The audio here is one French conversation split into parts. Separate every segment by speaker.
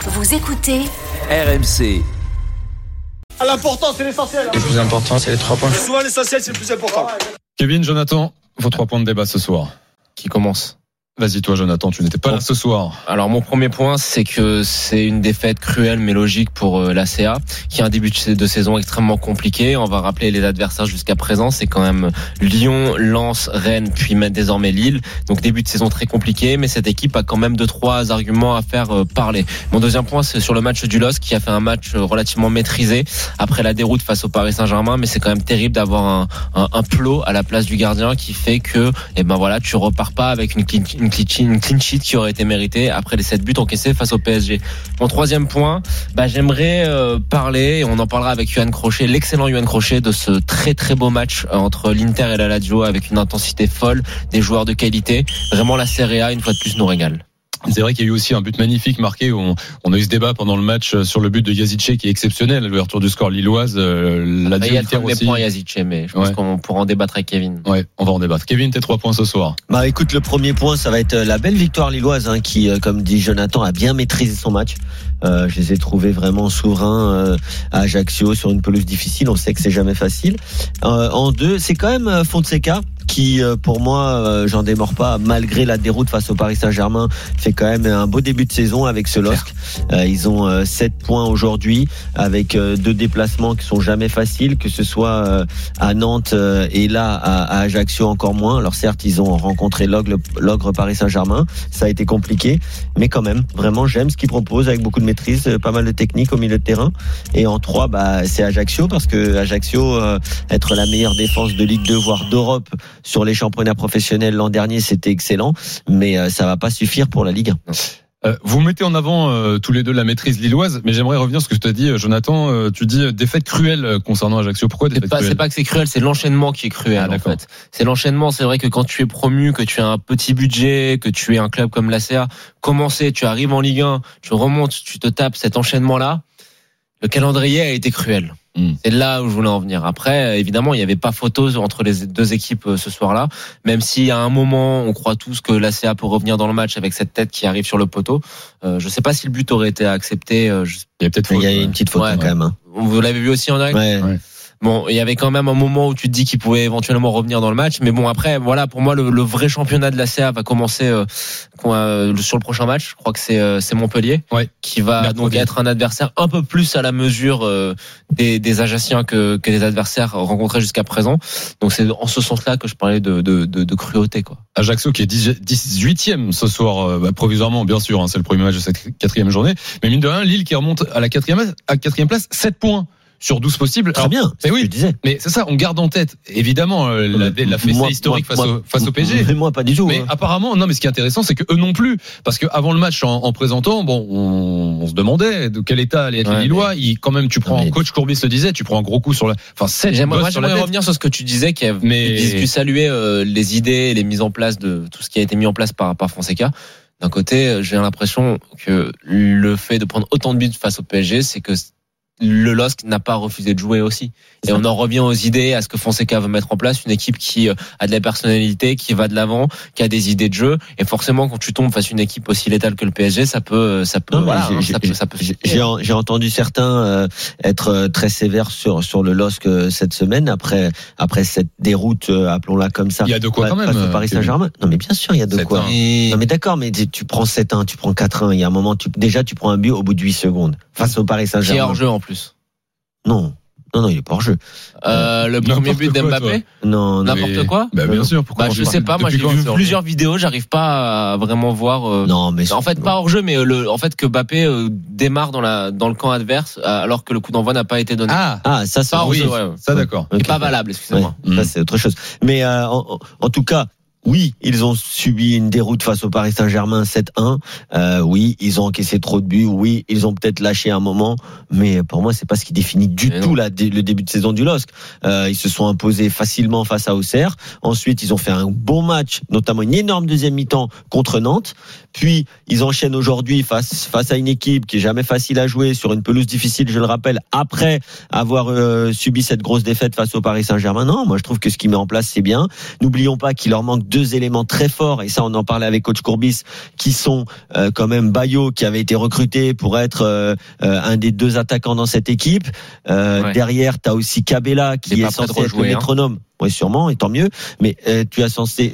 Speaker 1: Vous écoutez
Speaker 2: RMC.
Speaker 3: L'important, c'est l'essentiel.
Speaker 4: Le plus important, c'est les 3 points.
Speaker 3: Souvent, l'essentiel, c'est le plus important.
Speaker 5: Kevin, Jonathan, vos 3 points de débat ce soir.
Speaker 6: Qui commence?
Speaker 5: Vas-y toi Jonathan, tu n'étais pas là ce soir.
Speaker 6: Alors mon premier point, c'est que c'est une défaite cruelle mais logique pour l'ACA, qui a un début de saison extrêmement compliqué. On va rappeler les adversaires jusqu'à présent, c'est quand même Lyon, Lens, Rennes, puis désormais Lille. Donc début de saison très compliqué, mais cette équipe a quand même 2-3 arguments à faire parler. Mon deuxième point, c'est sur le match du LOSC, qui a fait un match relativement maîtrisé après la déroute face au Paris Saint-Germain, mais c'est quand même terrible d'avoir un plot à la place du gardien qui fait que tu repars pas avec une clean sheet qui aurait été méritée après les 7 buts encaissés face au PSG. Mon troisième point, j'aimerais parler, et on en parlera avec Yoann Crochet, l'excellent Yoann Crochet, de ce très très beau match entre l'Inter et la Lazio avec une intensité folle, des joueurs de qualité. Vraiment la Serie A, une fois de plus, nous régale.
Speaker 5: C'est vrai qu'il y a eu aussi un but magnifique marqué où on a eu ce débat pendant le match sur le but de Yazice qui est exceptionnel, l'ouverture du score lilloise. La
Speaker 6: il y a des points Yazice, mais je pense qu'on pourra en débattre avec Kevin.
Speaker 5: Ouais, on va en débattre. Kevin, tes 3 points ce soir.
Speaker 7: Écoute, le premier point, ça va être la belle victoire lilloise, qui, comme dit Jonathan, a bien maîtrisé son match. Je les ai trouvés vraiment souverains à Ajaccio sur une pelouse difficile. On sait que c'est jamais facile. En 2, c'est quand même Fonseca qui, pour moi, j'en démords pas, malgré la déroute face au Paris Saint-Germain, fait quand même un beau début de saison avec ce LOSC. Ils ont 7 points aujourd'hui, avec 2 déplacements qui sont jamais faciles, que ce soit à Nantes et là à Ajaccio encore moins. Alors certes, ils ont rencontré l'ogre Paris Saint-Germain, ça a été compliqué, mais quand même, vraiment, j'aime ce qu'ils proposent avec beaucoup de maîtrise, pas mal de technique au milieu de terrain. Et en 3, c'est Ajaccio, parce que Ajaccio, être la meilleure défense de Ligue 2, voire d'Europe, sur les championnats professionnels l'an dernier, c'était excellent, mais ça va pas suffire pour la Ligue 1.
Speaker 5: Vous mettez en avant tous les deux la maîtrise lilloise, mais j'aimerais revenir sur ce que tu as dit, Jonathan. Tu dis défaite cruelle concernant Ajaccio. Pourquoi défaite cruelle ?
Speaker 6: C'est pas que c'est cruel, c'est l'enchaînement qui est cruel. En fait, c'est l'enchaînement. C'est vrai que quand tu es promu, que tu as un petit budget, que tu es un club comme l'ACA, tu arrives en Ligue 1, tu remontes, tu te tapes cet enchaînement-là. Le calendrier a été cruel. C'est là où je voulais en venir. Après, évidemment, il n'y avait pas photo entre les deux équipes ce soir-là, même si à un moment, on croit tous que l'ACA peut revenir dans le match avec cette tête qui arrive sur le poteau. Je ne sais pas si le but aurait été accepté.
Speaker 7: Il y a une petite faute quand même.
Speaker 6: Vous l'avez vu aussi en direct ?
Speaker 7: Ouais.
Speaker 6: Bon, il y avait quand même un moment où tu te dis qu'il pouvait éventuellement revenir dans le match, mais bon, après, voilà, pour moi, le vrai championnat de la CA va commencer sur le prochain match. Je crois que c'est Montpellier, qui va donc être un adversaire un peu plus à la mesure des Ajaciens que les adversaires rencontrés jusqu'à présent. Donc c'est en ce sens-là que je parlais de cruauté, quoi.
Speaker 5: Ajaccio qui est 18e ce soir, provisoirement, bien sûr, c'est le premier match de cette 4e journée, mais mine de rien, Lille qui remonte à la 4e place, 7 points. Sur 12 possibles.
Speaker 7: Très bien,
Speaker 5: c'est
Speaker 7: oui, je disais.
Speaker 5: Mais c'est ça, on garde en tête, évidemment, la fessée historique face au PSG.
Speaker 7: Mais moi, pas du tout.
Speaker 5: Mais apparemment, non, mais ce qui est intéressant, c'est que eux non plus. Parce que avant le match, en présentant, on se demandait de quel état allait être les Lillois. Quand même, coach Courbis le disait, tu prends un gros coup sur
Speaker 6: j'aimerais revenir sur ce que tu disais, tu saluais les idées, les mises en place de tout ce qui a été mis en place par Fonseca. D'un côté, j'ai l'impression que le fait de prendre autant de buts face au PSG, c'est que le LOSC n'a pas refusé de jouer aussi. Et on en revient aux idées, à ce que Fonseca veut mettre en place, une équipe qui a de la personnalité, qui va de l'avant, qui a des idées de jeu. Et forcément, quand tu tombes face à une équipe aussi létale que le PSG, ça peut.
Speaker 7: J'ai entendu certains être très sévères sur le LOSC cette semaine après cette déroute, appelons-la comme ça.
Speaker 5: Il y a de quoi quand même.
Speaker 7: Face au Paris Saint-Germain. Non, mais bien sûr, il y a de quoi. Non, mais d'accord, mais tu prends 7-1, tu prends 4-1. Il y a un moment, tu prends un but au bout de 8 secondes face au Paris Saint-Germain.
Speaker 6: Qui est hors jeu en plus.
Speaker 7: Non, il est pas hors jeu.
Speaker 6: Le premier but d'Mbappé ?
Speaker 7: Non,
Speaker 6: n'importe quoi.
Speaker 5: Bien sûr. Pourquoi
Speaker 6: je sais pas. Moi, j'ai vu plusieurs vidéos. J'arrive pas à vraiment voir.
Speaker 7: Non, mais
Speaker 6: en fait, pas hors jeu, mais en fait que Mbappé démarre dans le camp adverse alors que le coup d'envoi n'a pas été donné.
Speaker 7: Ça c'est
Speaker 6: pas hors jeu.
Speaker 5: Ça d'accord.
Speaker 6: Et pas valable. Excusez-moi.
Speaker 7: Ça c'est autre chose. Mais en tout cas. Oui, ils ont subi une déroute face au Paris Saint-Germain 7-1. Oui, ils ont encaissé trop de buts. Oui, ils ont peut-être lâché un moment. Mais pour moi, c'est pas ce qui définit du tout le début de saison du LOSC. Ils se sont imposés facilement face à Auxerre. Ensuite, ils ont fait un bon match, notamment une énorme deuxième mi-temps contre Nantes. Puis, ils enchaînent aujourd'hui face à une équipe qui est jamais facile à jouer sur une pelouse difficile, je le rappelle, après avoir subi cette grosse défaite face au Paris Saint-Germain. Non, moi, je trouve que ce qu'il met en place, c'est bien. N'oublions pas qu'il leur manque deux éléments très forts, et ça on en parlait avec coach Courbis, qui sont quand même Bayo, qui avait été recruté pour être un des deux attaquants dans cette équipe. Derrière, t'as aussi Cabella qui est censé être le métronome. Oui, sûrement, et tant mieux. Mais tu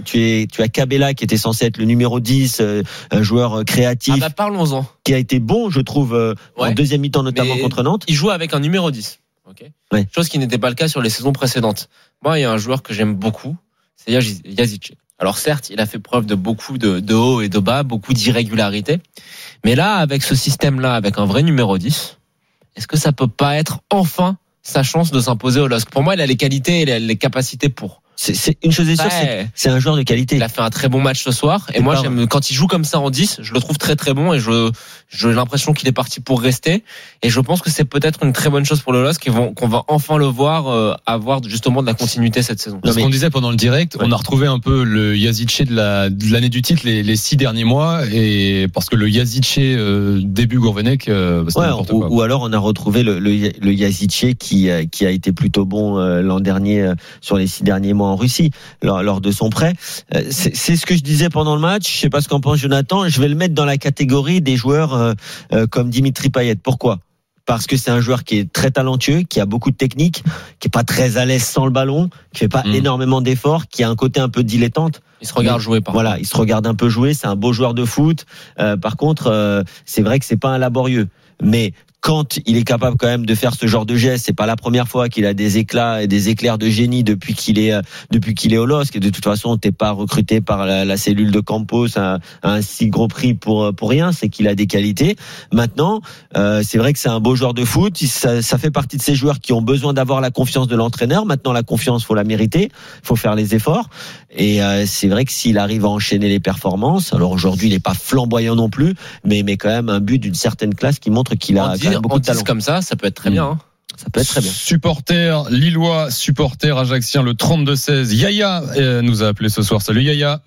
Speaker 7: as Cabella qui était censé être le numéro 10, un joueur créatif.
Speaker 6: Ah bah parlons-en.
Speaker 7: Qui a été bon, je trouve, en deuxième mi-temps, notamment contre Nantes.
Speaker 6: Il joue avec un numéro 10. Okay. Ouais. Chose qui n'était pas le cas sur les saisons précédentes. Moi, il y a un joueur que j'aime beaucoup, c'est Yazice. Alors certes, il a fait preuve de beaucoup de haut et de bas, beaucoup d'irrégularités. Mais là, avec ce système-là, avec un vrai numéro 10, est-ce que ça peut pas être enfin sa chance de s'imposer au LOSC? Pour moi, il a les qualités et les capacités pour.
Speaker 7: C'est une chose est sûre, c'est un joueur de qualité.
Speaker 6: Il a fait un très bon match ce soir. Et moi, j'aime, quand il joue comme ça en 10, je le trouve très très bon et j'ai l'impression qu'il est parti pour rester. Et je pense que c'est peut-être une très bonne chose pour le LOSC qu'on va enfin le voir avoir justement de la continuité cette saison.
Speaker 5: Ce qu'on disait pendant le direct, on a retrouvé un peu le Yazice de l'année du titre les 6 derniers mois, et parce que le Yazice début Gourvenec, c'était n'importe quoi.
Speaker 7: Ou alors on a retrouvé le Yazice qui a été plutôt bon l'an dernier sur les 6 derniers mois en Russie lors de son prêt. C'est ce que je disais pendant le match. Je sais pas ce qu'en pense Jonathan. Je vais le mettre dans la catégorie des joueurs comme Dimitri Payet. Pourquoi? Parce que c'est un joueur qui est très talentueux, qui a beaucoup de technique, qui est pas très à l'aise sans le ballon, qui fait pas énormément d'efforts, qui a un côté un peu dilettante.
Speaker 6: Il se regarde jouer,
Speaker 7: il se regarde un peu jouer. C'est un beau joueur de foot. Par contre, c'est vrai que c'est pas un laborieux. Mais quand il est capable quand même de faire ce genre de geste, c'est pas la première fois qu'il a des éclats et des éclairs de génie depuis qu'il est au LOSC. Et de toute façon, t'es pas recruté par la cellule de Campos à un si gros prix pour rien. C'est qu'il a des qualités. Maintenant, c'est vrai que c'est un beau joueur de foot. Ça fait partie de ces joueurs qui ont besoin d'avoir la confiance de l'entraîneur. Maintenant, la confiance, faut la mériter. Faut faire les efforts. Et c'est vrai que s'il arrive à enchaîner les performances, alors aujourd'hui, il est pas flamboyant non plus, mais quand même un but d'une certaine classe qui montre qu'il a quand même beaucoup de talent.
Speaker 6: Comme ça peut être très bien. Hein.
Speaker 7: Ça peut être très bien.
Speaker 5: Supporter lillois, supporter ajaxien, le 32-16. Yaya nous a appelé ce soir. Salut Yaya.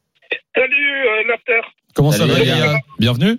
Speaker 1: Salut l'after.
Speaker 5: Comment ça va Yaya? Bienvenue.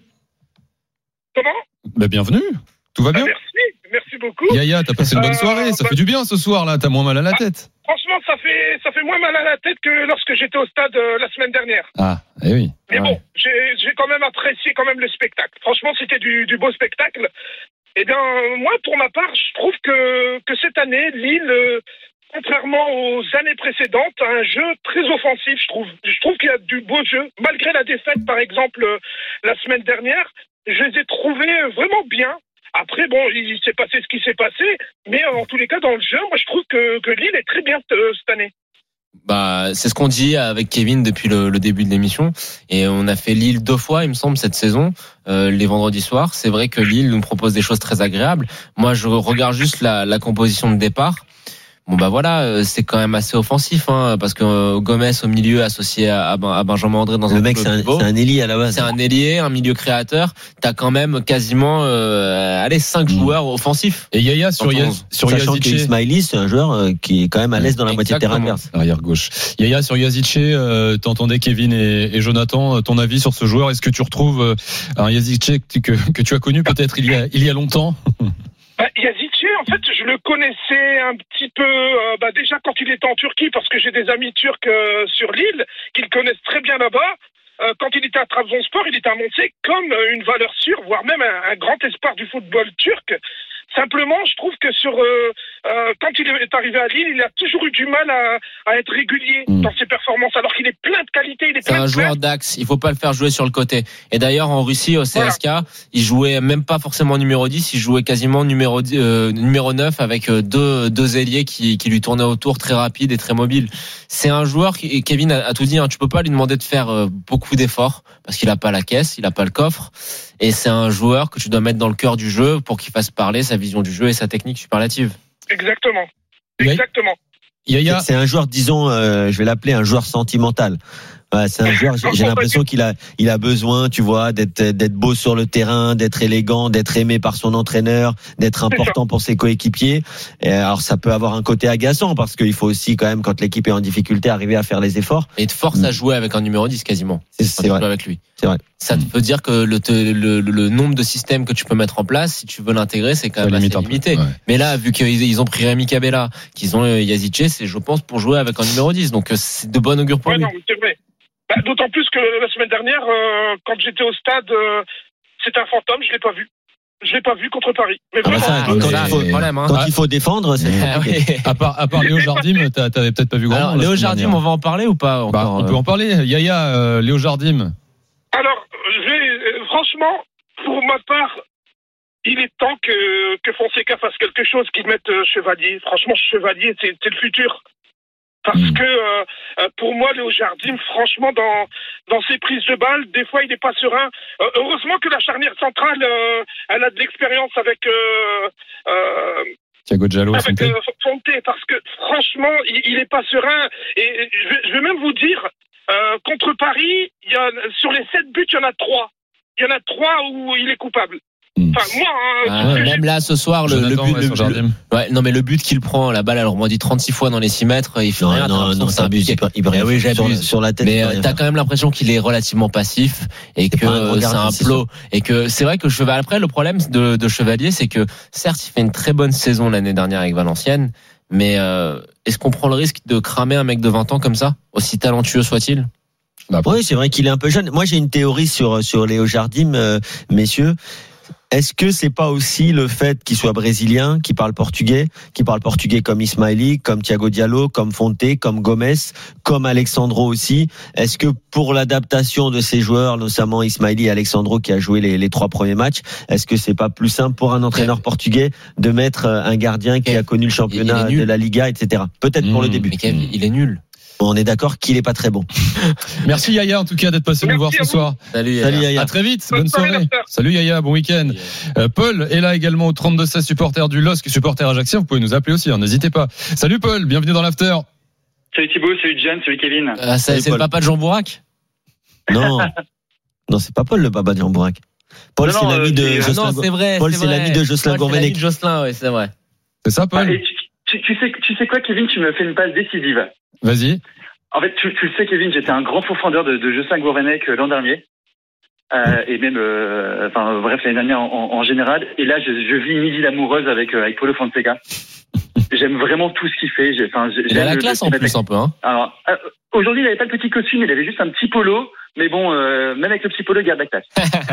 Speaker 1: Comment?
Speaker 5: Bienvenue. Tout va bien?
Speaker 1: Merci beaucoup.
Speaker 5: Yaya, t'as passé une bonne soirée. Ça fait du bien ce soir là. T'as moins mal à la tête.
Speaker 1: Franchement, ça fait moins mal à la tête que lorsque j'étais au stade la semaine dernière.
Speaker 5: Ah, eh oui.
Speaker 1: Mais bon, j'ai quand même apprécié le spectacle. Franchement, c'était du beau spectacle. Et bien, moi, pour ma part, je trouve que cette année, Lille, contrairement aux années précédentes, a un jeu très offensif, je trouve. Je trouve qu'il y a du beau jeu. Malgré la défaite, par exemple, la semaine dernière, je les ai trouvés vraiment bien. Après, bon, il s'est passé ce qui s'est passé, mais en tous les cas, dans le jeu, moi, je trouve que Lille est très bien cette année.
Speaker 6: C'est ce qu'on dit avec Kevin depuis le début de l'émission, et on a fait Lille 2 fois, il me semble, cette saison, les vendredis soirs. C'est vrai que Lille nous propose des choses très agréables. Moi, je regarde juste la composition de départ. Bon voilà, c'est quand même assez offensif, hein, parce que Gomez au milieu associé à Benjamin André dans
Speaker 7: le mec, c'est un ailier à la base.
Speaker 6: C'est un ailier, un milieu créateur. T'as quand même quasiment 5 joueurs offensifs.
Speaker 5: Et Yaya sur
Speaker 7: sachant que Ismaili, c'est un joueur qui est quand même à l'aise dans la moitié de terrain adverse.
Speaker 5: Arrière gauche. Yaya sur Yazice, t'entendais Kevin et Jonathan, ton avis sur ce joueur? Est-ce que tu retrouves un Yazice que tu as connu peut-être il y a longtemps?
Speaker 1: Yazice, en fait, je le connaissais un petit peu déjà quand il était en Turquie, parce que j'ai des amis turcs sur l'île qui le connaissent très bien là-bas. Quand il était à Trabzonspor, il était annoncé comme une valeur sûre, voire même un grand espoir du football turc. Simplement, je trouve que quand il est arrivé à Lille, il a toujours eu du mal à être régulier dans ses performances, alors qu'il est plein de qualités.
Speaker 6: C'est un joueur d'axe, il faut pas le faire jouer sur le côté. Et d'ailleurs, en Russie, au CSK, il jouait même pas forcément numéro 10, il jouait quasiment numéro 9 avec deux ailiers qui lui tournaient autour, très rapide et très mobile. C'est un joueur qui, Kevin a tout dit, hein, tu peux pas lui demander de faire beaucoup d'efforts, parce qu'il a pas la caisse, il a pas le coffre. Et c'est un joueur que tu dois mettre dans le cœur du jeu pour qu'il fasse parler sa vision du jeu et sa technique superlative.
Speaker 1: Exactement.
Speaker 7: C'est un joueur, disons, je vais l'appeler un joueur sentimental. Ouais, c'est un joueur, j'ai l'impression qu'il a besoin, tu vois, d'être beau sur le terrain, d'être élégant, d'être aimé par son entraîneur, d'être important pour ses coéquipiers. Et alors ça peut avoir un côté agaçant, parce qu'il faut aussi quand même, quand l'équipe est en difficulté, arriver à faire les efforts.
Speaker 6: Et de force à jouer avec un numéro 10 quasiment.
Speaker 7: C'est vrai.
Speaker 6: Avec lui.
Speaker 7: C'est vrai.
Speaker 6: Ça veut dire que le nombre de systèmes que tu peux mettre en place, si tu veux l'intégrer, c'est quand même assez limité. Ouais. Mais là, vu qu'ils ont pris Rémi Cabella, qu'ils ont Yazice, c'est, je pense, pour jouer avec un numéro 10. Donc, c'est de bon augure pour lui.
Speaker 1: Non, c'est vrai. D'autant plus que la semaine dernière, quand j'étais au stade, c'était un fantôme, je l'ai pas vu. Je l'ai pas vu contre Paris. Mais vraiment,
Speaker 7: quand il faut défendre, c'est
Speaker 5: à part Léo Jardim, t'avais peut-être pas vu grand.
Speaker 6: Alors, Léo Jardim, on va en parler ou pas encore,
Speaker 5: on peut en parler. Yaya, Léo Jardim.
Speaker 1: Alors, franchement, pour ma part, il est temps que Fonseca fasse quelque chose, qu'il mette Chevalier. Franchement, Chevalier, c'est le futur. Parce que pour moi, Léo Jardim, franchement, dans ses prises de balles, des fois, il n'est pas serein. Heureusement que la charnière centrale, elle a de l'expérience avec
Speaker 5: Thiago Diallo,
Speaker 1: avec Fonte, parce que franchement, il n'est pas serein. Et je vais même vous dire, contre Paris, sur les 7 buts, il y en a 3. Il y en a 3 où il est coupable. Enfin, moi,
Speaker 6: même là, ce soir, le but qu'il prend, la balle, elle rebondit 36 fois dans les 6 mètres, il fait rien.
Speaker 7: Non, c'est abusé. Il peut rien sur la tête.
Speaker 6: Mais t'as quand même l'impression qu'il est relativement passif et que c'est un plot. Et que c'est vrai que après, le problème de Chevalier, c'est que certes, il fait une très bonne saison l'année dernière avec Valenciennes, mais est-ce qu'on prend le risque de cramer un mec de 20 ans comme ça, aussi talentueux soit-il?
Speaker 7: Oui, c'est vrai qu'il est un peu jeune. Moi, j'ai une théorie sur Léo Jardim, messieurs. Est-ce que c'est pas aussi le fait qu'il soit brésilien, qu'il parle portugais comme Ismaili, comme Thiago Diallo, comme Fonte, comme Gomes, comme Alexandro aussi? Est-ce que pour l'adaptation de ces joueurs, notamment Ismaili et Alexandro qui a joué les 3 premiers matchs, est-ce que c'est pas plus simple pour un entraîneur portugais de mettre un gardien qui a connu le championnat de la Liga, etc. Peut-être pour le début.
Speaker 6: Mais il est nul.
Speaker 7: On est d'accord qu'il est pas très bon.
Speaker 5: Merci Yaya en tout cas d'être passé nous voir ce soir.
Speaker 6: Salut Yaya.
Speaker 5: À très vite. Bonne soirée. Salut Yaya, bon week-end. Paul est là également au 32-16, supporter du LOSC, supporter ajaxien. Vous pouvez nous appeler aussi, n'hésitez pas. Salut Paul, bienvenue dans l'after.
Speaker 2: Salut Thibaut, salut John, salut Kevin.
Speaker 6: C'est le papa de Jean Bourac?
Speaker 7: Non, c'est pas Paul le papa de Jean Bourac. Paul, c'est l'ami de Jocelyn.
Speaker 6: Non, c'est vrai.
Speaker 7: Paul, c'est l'ami de Jocelyn Gourvenec.
Speaker 6: Jocelyn, oui, c'est vrai.
Speaker 5: C'est ça, Paul?
Speaker 2: Tu sais quoi, Kevin, tu me fais une passe décisive.
Speaker 5: Vas-y.
Speaker 2: En fait, tu le sais, Kevin, j'étais un grand pourfendeur de Jocelyn Gourvenec l'an dernier. Et même, l'année dernière en général. Et là, je vis une idylle amoureuse avec Paulo Fonseca. J'aime vraiment tout ce qu'il fait.
Speaker 6: Il a la classe en plus un peu, hein.
Speaker 2: Alors, aujourd'hui, il avait pas le petit costume, il avait juste un petit polo. Mais bon, même avec le petit polo, il garde la classe.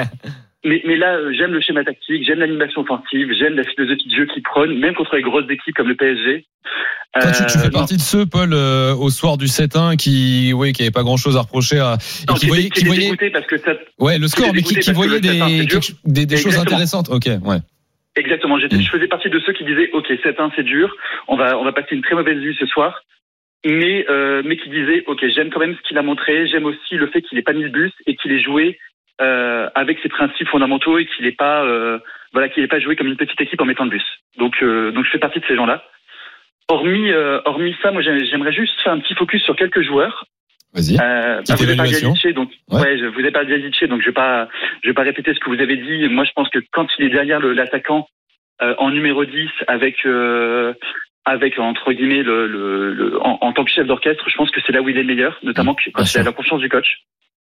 Speaker 2: mais là, j'aime le schéma tactique, j'aime l'animation offensive, j'aime la philosophie de jeu qu'il prône, même contre les grosses équipes comme le PSG.
Speaker 5: Toi, tu fais partie de ceux, Paul, au soir du 7-1 qui avait pas grand chose à reprocher qui voyait
Speaker 2: parce que ça,
Speaker 5: le score, mais qui voyait des choses intéressantes. Ok, ouais.
Speaker 2: Exactement. Je faisais partie de ceux qui disaient, ok, 7-1, c'est dur. On va passer une très mauvaise nuit ce soir. Mais qui disaient, ok, j'aime quand même ce qu'il a montré. J'aime aussi le fait qu'il ait pas mis le bus et qu'il ait joué, avec ses principes fondamentaux et qu'il ait pas joué comme une petite équipe en mettant le bus. Donc je fais partie de ces gens-là. Hormis ça, moi j'aimerais juste faire un petit focus sur quelques joueurs.
Speaker 5: Vas-y.
Speaker 2: Vous avez parlé d'Yazice, donc je vous ai parlé d'Yazice, donc je vais pas répéter ce que vous avez dit. Moi je pense que quand il est derrière l'attaquant en numéro 10 avec entre guillemets en tant que chef d'orchestre, je pense que c'est là où il est le meilleur, notamment quand il a la confiance du coach.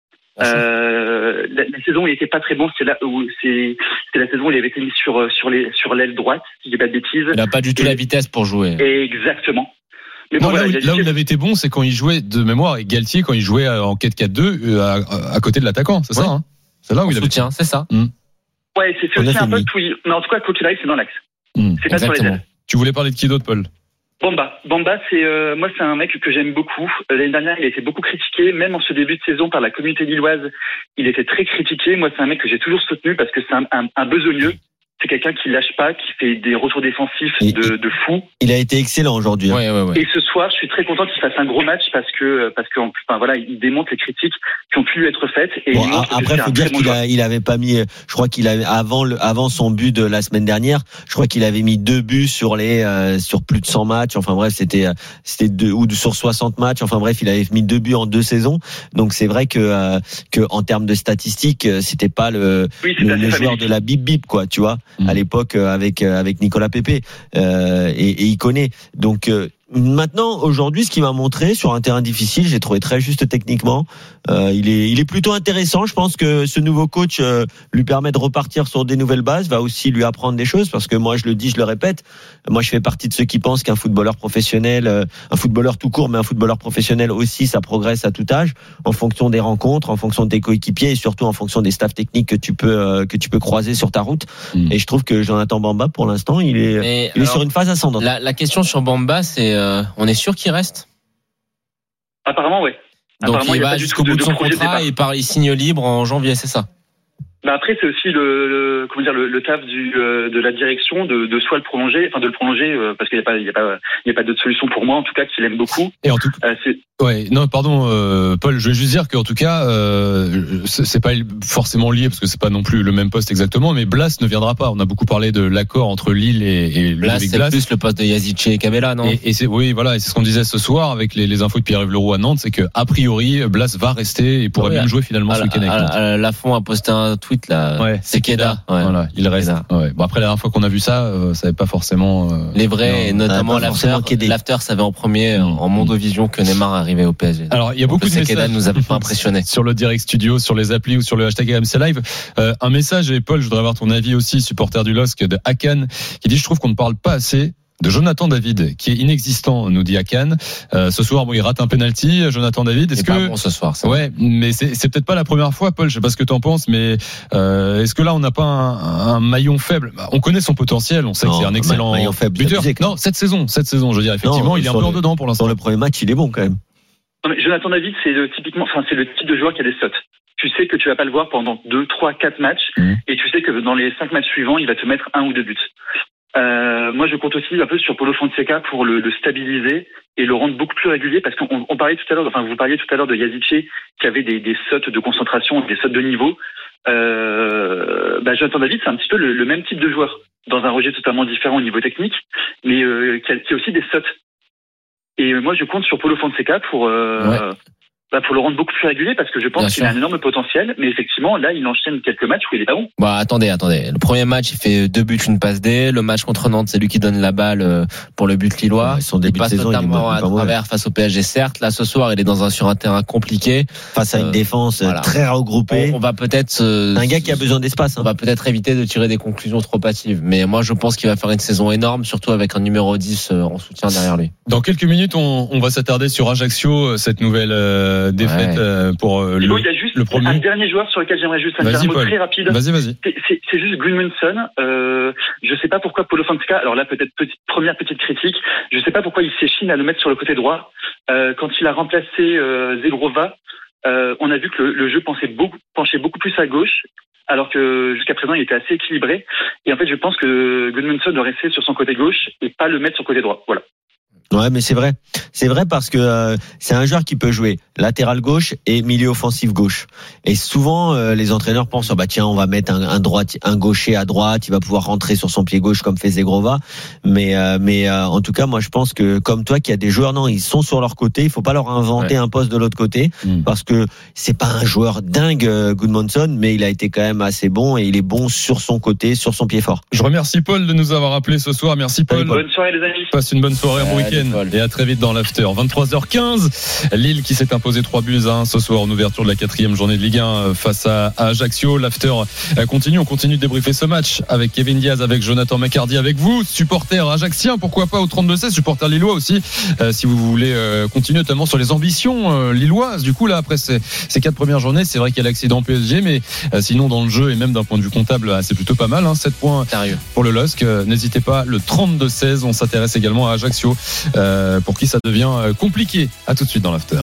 Speaker 2: La saison où il était pas très bon, c'est la saison où il avait été mis sur l'aile droite, si j'ai pas de bêtises.
Speaker 6: Il a pas du tout la vitesse pour jouer.
Speaker 2: Exactement. Mais
Speaker 5: non, là où il avait été bon, c'est quand il jouait de mémoire avec Galtier, quand il jouait en 4-4-2 à côté de l'attaquant, c'est ça, hein? C'est là où il avait
Speaker 6: soutien, c'est ça.
Speaker 2: Ouais, c'est aussi un peu tout. Mais en tout cas, quand il arrive, c'est dans l'axe. C'est pas sur les ailes.
Speaker 5: Tu voulais parler de qui d'autre, Paul?
Speaker 2: Bamba, c'est un mec que j'aime beaucoup. L'année dernière, il a été beaucoup critiqué, même en ce début de saison par la communauté lilloise. Il était très critiqué. Moi, c'est un mec que j'ai toujours soutenu parce que c'est un besogneux. C'est quelqu'un qui lâche pas, qui fait des retours défensifs de fou.
Speaker 7: Il a été excellent aujourd'hui.
Speaker 6: Ouais.
Speaker 2: Et ce soir, je suis très content qu'il fasse un gros match parce que il démonte les critiques qui ont pu être faites. Et
Speaker 7: après, faut dire qu'il avait pas mis, je crois qu'il avait avant son but de la semaine dernière, je crois qu'il avait mis 2 buts sur plus de 100 matchs. Enfin bref, c'était 2 ou sur 60 matchs. Enfin bref, il avait mis 2 buts en 2 saisons. Donc c'est vrai que en termes de statistiques, c'était pas le joueur de la bip quoi, tu vois. À l'époque avec Nicolas Pepe et il connaît. Donc maintenant aujourd'hui, ce qu'il m'a montré sur un terrain difficile, j'ai trouvé très juste techniquement. Il est plutôt intéressant. Je pense que ce nouveau coach lui permet de repartir sur des nouvelles bases, va aussi lui apprendre des choses, parce que moi je le dis, je le répète, moi je fais partie de ceux qui pensent qu'un footballeur professionnel, un footballeur tout court, mais un footballeur professionnel aussi, ça progresse à tout âge, en fonction des rencontres, en fonction de tes coéquipiers et surtout en fonction des staffs techniques que tu peux croiser sur ta route. Et je trouve que Jonathan Bamba, pour l'instant, il est sur une phase ascendante.
Speaker 6: La question sur Bamba, c'est on est sûr qu'il reste?
Speaker 2: Apparemment, ouais.
Speaker 6: Donc il va jusqu'au bout de son contrat et il signe libre en janvier, c'est ça?
Speaker 2: Bah après, c'est aussi le taf de la direction de soit le prolonger, enfin de le prolonger parce qu'il y a pas d'autre solution pour moi, en tout cas, qu'il aime beaucoup.
Speaker 5: Et en tout cas, ouais, non, pardon, Paul, je vais juste dire qu'en tout cas, c'est pas forcément lié parce que c'est pas non plus le même poste exactement, mais Blas ne viendra pas. On a beaucoup parlé de l'accord entre Lille et
Speaker 6: Blas. C'est plus le poste de Yazici et Cabella, non?
Speaker 5: Et c'est, oui, voilà, et c'est ce qu'on disait ce soir avec les infos de Pierre-Yves Leroux à Nantes, c'est que a priori, Blas va rester et pourrait même jouer finalement ce week-end avec Nantes.
Speaker 6: Lafont a posté un tweet là.
Speaker 5: Ouais,
Speaker 6: c'est Keda. Ouais.
Speaker 5: Voilà, il reste. Ouais. Bon, après la dernière fois qu'on a vu ça, ça n'avait pas forcément.
Speaker 6: Les vrais, et notamment l'after savait en premier en Mondovision que Neymar arrivait au PSG.
Speaker 5: Alors il y a beaucoup de messages.
Speaker 6: Keda nous a pas impressionné
Speaker 5: sur le direct studio, sur les applis ou sur le hashtag AMC Live. Un message, et Paul, je voudrais avoir ton avis aussi, supporter du LOSC de Hakan, qui dit: je trouve qu'on ne parle pas assez de Jonathan David, qui est inexistant, nous dit Hakan. Ce soir, bon, il rate un penalty, Jonathan David. Est-ce que
Speaker 6: pas bon ce soir, ça.
Speaker 5: Ouais, mais c'est peut-être pas la première fois, Paul. Je sais pas ce que tu en penses, mais est-ce que là, on n'a pas un maillon faible? On connaît son potentiel, on sait que c'est un excellent
Speaker 7: maillon faible,
Speaker 5: buteur. Non, cette saison, je veux dire, effectivement,
Speaker 7: non,
Speaker 5: il est un peu en dedans pour l'instant.
Speaker 7: Sur le premier match, il est bon quand même.
Speaker 2: Non, mais Jonathan David, c'est le type de joueur qui a des sautes. Tu sais que tu vas pas le voir pendant 2, 3, 4 matchs, et tu sais que dans les 5 matchs suivants, il va te mettre 1 ou 2 buts. Moi, je compte aussi un peu sur Paulo Fonseca pour le stabiliser et le rendre beaucoup plus régulier, parce qu'on parlait tout à l'heure, enfin, vous parliez tout à l'heure de Yazici qui avait des sautes de concentration, des sautes de niveau. Jonathan David, c'est un petit peu le même type de joueur, dans un rejet totalement différent au niveau technique, mais qui a aussi des sautes. Et moi, je compte sur Paulo Fonseca pour le rendre beaucoup plus régulier, parce que je pense qu'il a un énorme potentiel, mais effectivement là il enchaîne quelques matchs où il est pas bon.
Speaker 6: Bah attendez, le premier match il fait 2 buts, une passe D. Le match contre Nantes, c'est lui qui donne la balle pour le but lillois. Il passe totalement à travers face au PSG, certes. Là ce soir il est sur un terrain compliqué
Speaker 7: face à une défense très regroupée.
Speaker 6: On va peut-être
Speaker 7: un gars qui a besoin d'espace.
Speaker 6: On va peut-être éviter de tirer des conclusions trop hâtives, mais moi je pense qu'il va faire une saison énorme, surtout avec un numéro 10 en soutien derrière lui.
Speaker 5: Dans quelques minutes, on va s'attarder sur Ajaccio, cette nouvelle défaite pour
Speaker 2: il y a juste
Speaker 5: le premier.
Speaker 2: Un dernier joueur sur lequel j'aimerais juste faire un mot très rapide.
Speaker 5: Vas-y.
Speaker 2: C'est juste Gudmundsson. Je sais pas pourquoi Paulo Fonseca, alors là peut-être première petite critique, je sais pas pourquoi il s'échine à le mettre sur le côté droit. Quand il a remplacé Zegrova, on a vu que le jeu penchait beaucoup plus à gauche, alors que jusqu'à présent il était assez équilibré. Et en fait je pense que Gudmundsson doit rester sur son côté gauche et pas le mettre sur le côté droit. Voilà.
Speaker 7: Ouais, mais c'est vrai parce que c'est un joueur qui peut jouer latéral gauche et milieu offensif gauche. Et souvent les entraîneurs pensent tiens, on va mettre un gaucher à droite, il va pouvoir rentrer sur son pied gauche comme fait Zegrova. Mais en tout cas, moi je pense que comme toi, qu'il y a des joueurs, non, ils sont sur leur côté, il faut pas leur inventer un poste de l'autre côté, parce que c'est pas un joueur dingue Gudmundsson, mais il a été quand même assez bon et il est bon sur son côté, sur son pied fort.
Speaker 5: Je remercie Paul de nous avoir appelé ce soir. Merci Paul.
Speaker 2: Bonne soirée les amis.
Speaker 5: Passe une bonne soirée, un bon week-end. Et à très vite dans l'after. 23h15, Lille qui s'est imposé 3 buts à 1 ce soir en ouverture de la 4e journée de Ligue 1 face à Ajaccio. L'after continue. On continue de débriefer ce match avec Kevin Diaz, avec Jonathan McCardy, avec vous, supporters ajaxiens, pourquoi pas au 32-16, supporters lillois aussi, si vous voulez continuer notamment sur les ambitions lilloises. Du coup là, après ces 4 premières journées, c'est vrai qu'il y a l'accident PSG, mais sinon dans le jeu et même d'un point de vue comptable, c'est plutôt pas mal. 7 points pour le LOSC. N'hésitez pas, le 32-16. On s'intéresse également à Ajaccio, pour qui ça devient compliqué. À tout de suite dans l'after.